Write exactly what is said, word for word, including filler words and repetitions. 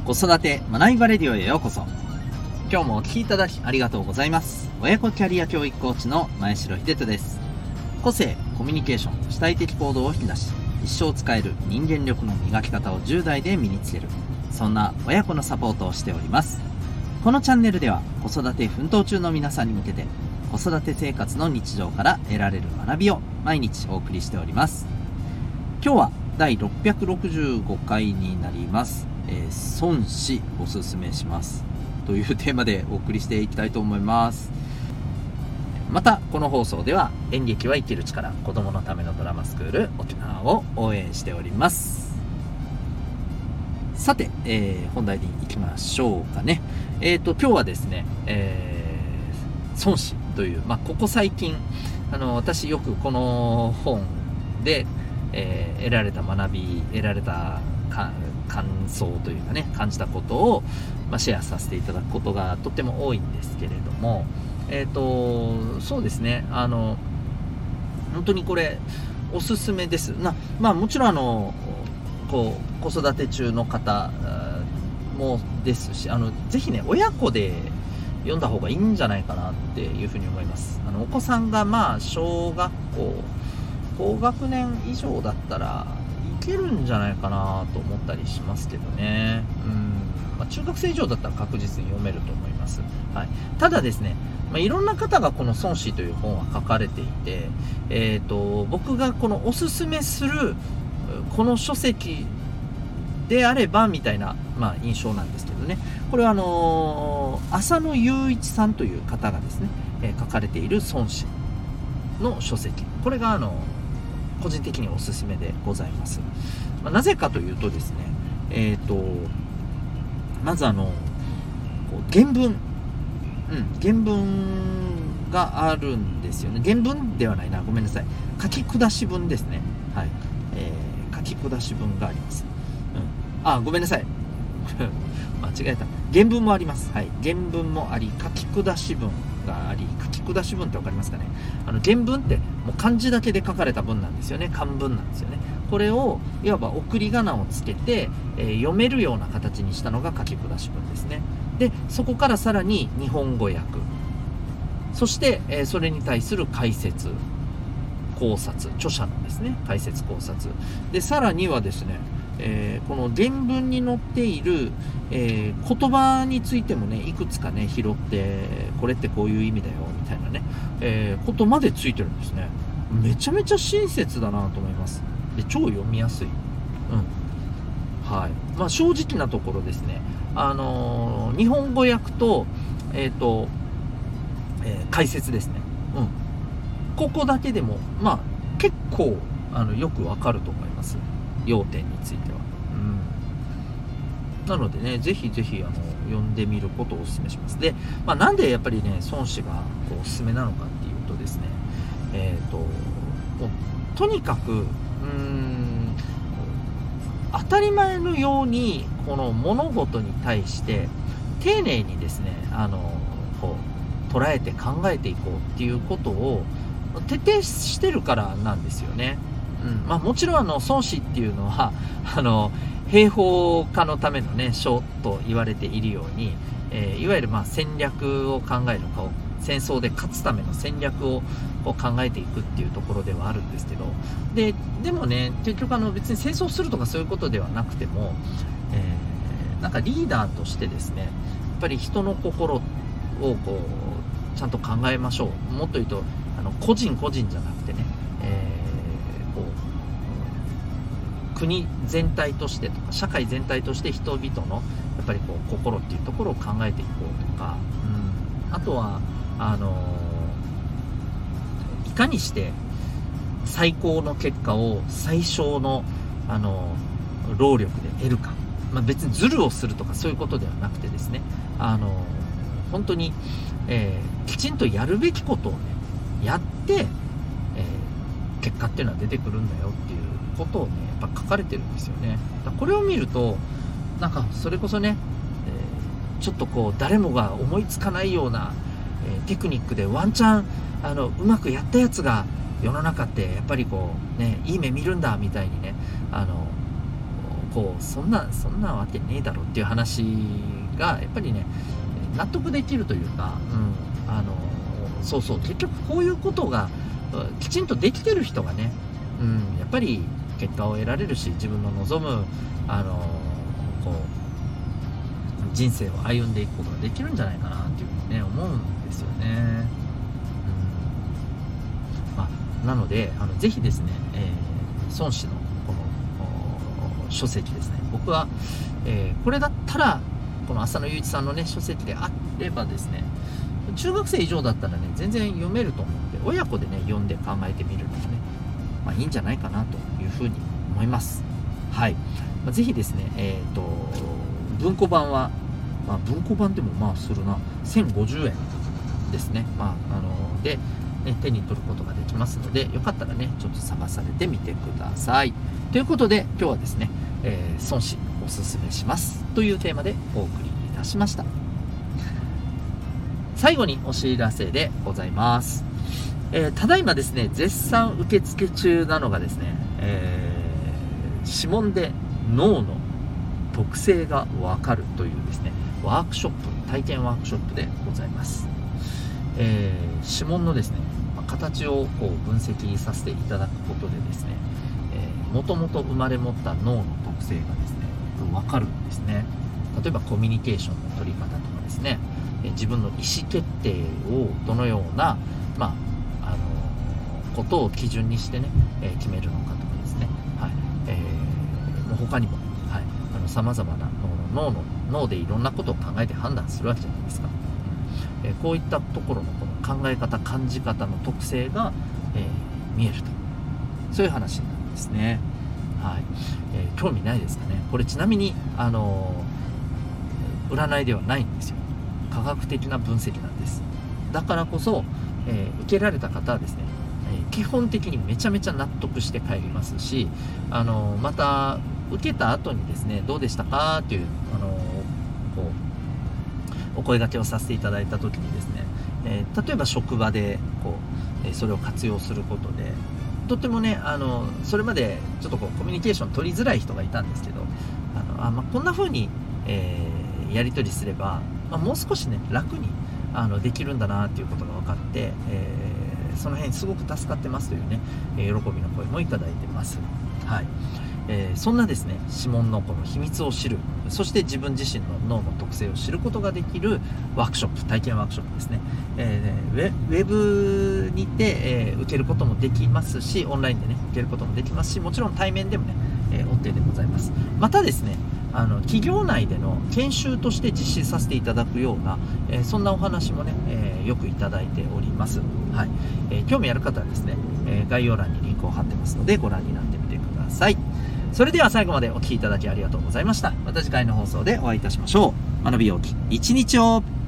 子育て学びバレディオへようこそ。今日もお聞きいただきありがとうございます。親子キャリア教育コーチの前城秀人です。個性、コミュニケーション、主体的行動を引き出し、一生使える人間力の磨き方をじゅう代で身につける、そんな親子のサポートをしております。このチャンネルでは子育て奮闘中の皆さんに向けて、子育て生活の日常から得られる学びを毎日お送りしております。今日は第ろっぴゃくろくじゅうごかいになります。えー、孫子おすすめしますというテーマでお送りしていきたいと思います。またこの放送では演劇は生きる力、子供のためのドラマスクール沖縄を応援しております。さて、えー、本題に行きましょうかね。えーと今日はですね、えー、孫子という、まあ、ここ最近あの私よくこの本で、えー、得られた学び得られたか感想というかね、感じたことを、まあ、シェアさせていただくことがとっても多いんですけれども、えっとそうですね、あの本当にこれおすすめですな。まあもちろんあのこう子育て中の方もですし、あのぜひね親子で読んだ方がいいんじゃないかなっていうふうに思います。あのお子さんがまあ小学校高学年以上だったらいけるんじゃないかなと思ったりしますけどね。うん、まあ、中学生以上だったら確実に読めると思います。はい、ただですね、まあ、いろんな方がこの孫子という本は書かれていて、えーと、僕がこのおすすめするこの書籍であればみたいな、まあ、印象なんですけどね。これはあのー、浅野雄一さんという方がですね、えー、書かれている孫子の書籍、これがあの個人的におすすめでございます。まあ、なぜかというとですね、えーとまずあの原文、うん、原文があるんですよね。原文ではないな、ごめんなさい。書き下し文ですね。はい、えー、書き下し文があります。うん、あ、ごめんなさい。間違えた。原文もあります。はい、原文もあり、書き下し文があり、書き下し文ってわかりますかね。あの原文ってもう漢字だけで書かれた文なんですよね。漢文なんですよね。これをいわば送り仮名をつけて、えー、読めるような形にしたのが書き下し文ですね。でそこからさらに日本語訳、そして、えー、それに対する解説考察、著者のですね解説考察で、さらにはですね、えー、この原文に載っている、えー、言葉についてもねいくつかね拾って、これってこういう意味だよみたいなね、えー、ことまでついてるんですね。めちゃめちゃ親切だなと思います。で超読みやすい。うん、はい。まあ正直なところですね、あのー、日本語訳とえっ、ー、と、えー、解説ですね。うん。ここだけでもまあ結構あのよくわかると思います。要点については。うん。なのでね、ぜひぜひあの読んでみることをお勧めします。で、まあなんでやっぱりね孫子がこうおすすめなのかっていうとですね、えっ、ー、ともうとにかくうーん当たり前のようにこの物事に対して丁寧にですね、あのこう捉えて考えていこうっていうことを徹底してるからなんですよね。うん、まあもちろんあの孫子っていうのはあの兵法家のためのね書と言われているように、えー、いわゆるまあ戦略を考えるかを戦争で勝つための戦略をこう考えていくっていうところではあるんですけど、ででもね結局あの別に戦争するとかそういうことではなくても、えー、なんかリーダーとしてですね、やっぱり人の心をこうちゃんと考えましょう。もっと言うとあの個人個人じゃなくてね、えー、こう国全体としてとか社会全体として人々のやっぱりこう心っていうところを考えていこうとか、うん、あとはあのいかにして最高の結果を最小のあの労力で得るか、まあ、別にズルをするとかそういうことではなくてですね、あの本当に、えー、きちんとやるべきことをねやって、えー、結果っていうのは出てくるんだよっていうことをねやっぱ書かれてるんですよね。だからこれを見るとなんかそれこそね、えー、ちょっとこう誰もが思いつかないようなテクニックでワンチャンあのうまくやったやつが世の中ってやっぱりこうねいい目見るんだみたいにね、あのこうそんなそんなわけねえだろっていう話がやっぱりね納得できるというか、うん、あのそうそう結局こういうことがきちんとできてる人がね、うん、やっぱり結果を得られるし、自分の望むあのこう人生を歩んでいくことができるんじゃないかなっていうふうにね思うんですよね。うんまあ、なのであのぜひですね、えー、孫子のこの書籍ですね、僕は、えー、これだったらこの浅野雄一さんのね書籍であればですね、中学生以上だったらね全然読めると思うので、親子でね読んで考えてみるのもね、まあ、いいんじゃないかなというふうに思います。はい、まあ、ぜひですね、えーと文庫版は、まあ、文庫版でもまあするなせんごじゅうえんですね、まああので、ね、手に取ることができますので、よかったらねちょっと探されてみてください。ということで今日はですね、えー、孫子おすすめしますというテーマでお送りいたしました。最後にお知らせでございます。えー、ただいまですね絶賛受付中なのがですね、えー、指紋で脳の特性がわかるというですねワークショップ、体験ワークショップでございます。えー、指紋のですね形をこう分析させていただくことでですね、えー、もともと生まれ持った脳の特性がですねわかるんですね。例えばコミュニケーションの取り方とかですね、えー、自分の意思決定をどのような、まああのー、ことを基準にしてね、えー、決めるのかとかですね、はいえー、もう他にもさまざまな脳の脳でいろんなことを考えて判断するわけじゃないですか。えー、こういったところのこの考え方、感じ方の特性が、えー、見えると、そういう話なんですね。はいえー、興味ないですかね。これちなみに、あのー、占いではないんですよ。科学的な分析なんです。だからこそ、えー、受けられた方はですね、えー、基本的にめちゃめちゃ納得して帰りますし、あのー、また受けた後にですねどうでしたかっていう、あのー、こうお声掛けをさせていただいた時にですね、えー、例えば職場でこう、えー、それを活用することでとってもね、あのー、それまでちょっとこうコミュニケーション取りづらい人がいたんですけど、あのあ、まあ、こんな風に、えー、やり取りすれば、まあ、もう少しね楽にあのできるんだなっていうことが分かって、えー、その辺すごく助かってますというね、えー、喜びの声もいただいてます。はいえー、そんなですね指紋のこの秘密を知る、そして自分自身の脳の特性を知ることができるワークショップ、体験ワークショップですね、えー、ウェブにて、えー、受けることもできますし、オンラインでね受けることもできますし、もちろん対面でもね、えー、OK でございます。またですね、あの企業内での研修として実施させていただくような、えー、そんなお話もね、えー、よくいただいております。はいえー、興味ある方はですね、えー、概要欄にリンクを貼ってますのでご覧になってみてください。それでは最後までお聞きいただきありがとうございました。また次回の放送でお会いいたしましょう。学びようき一日を。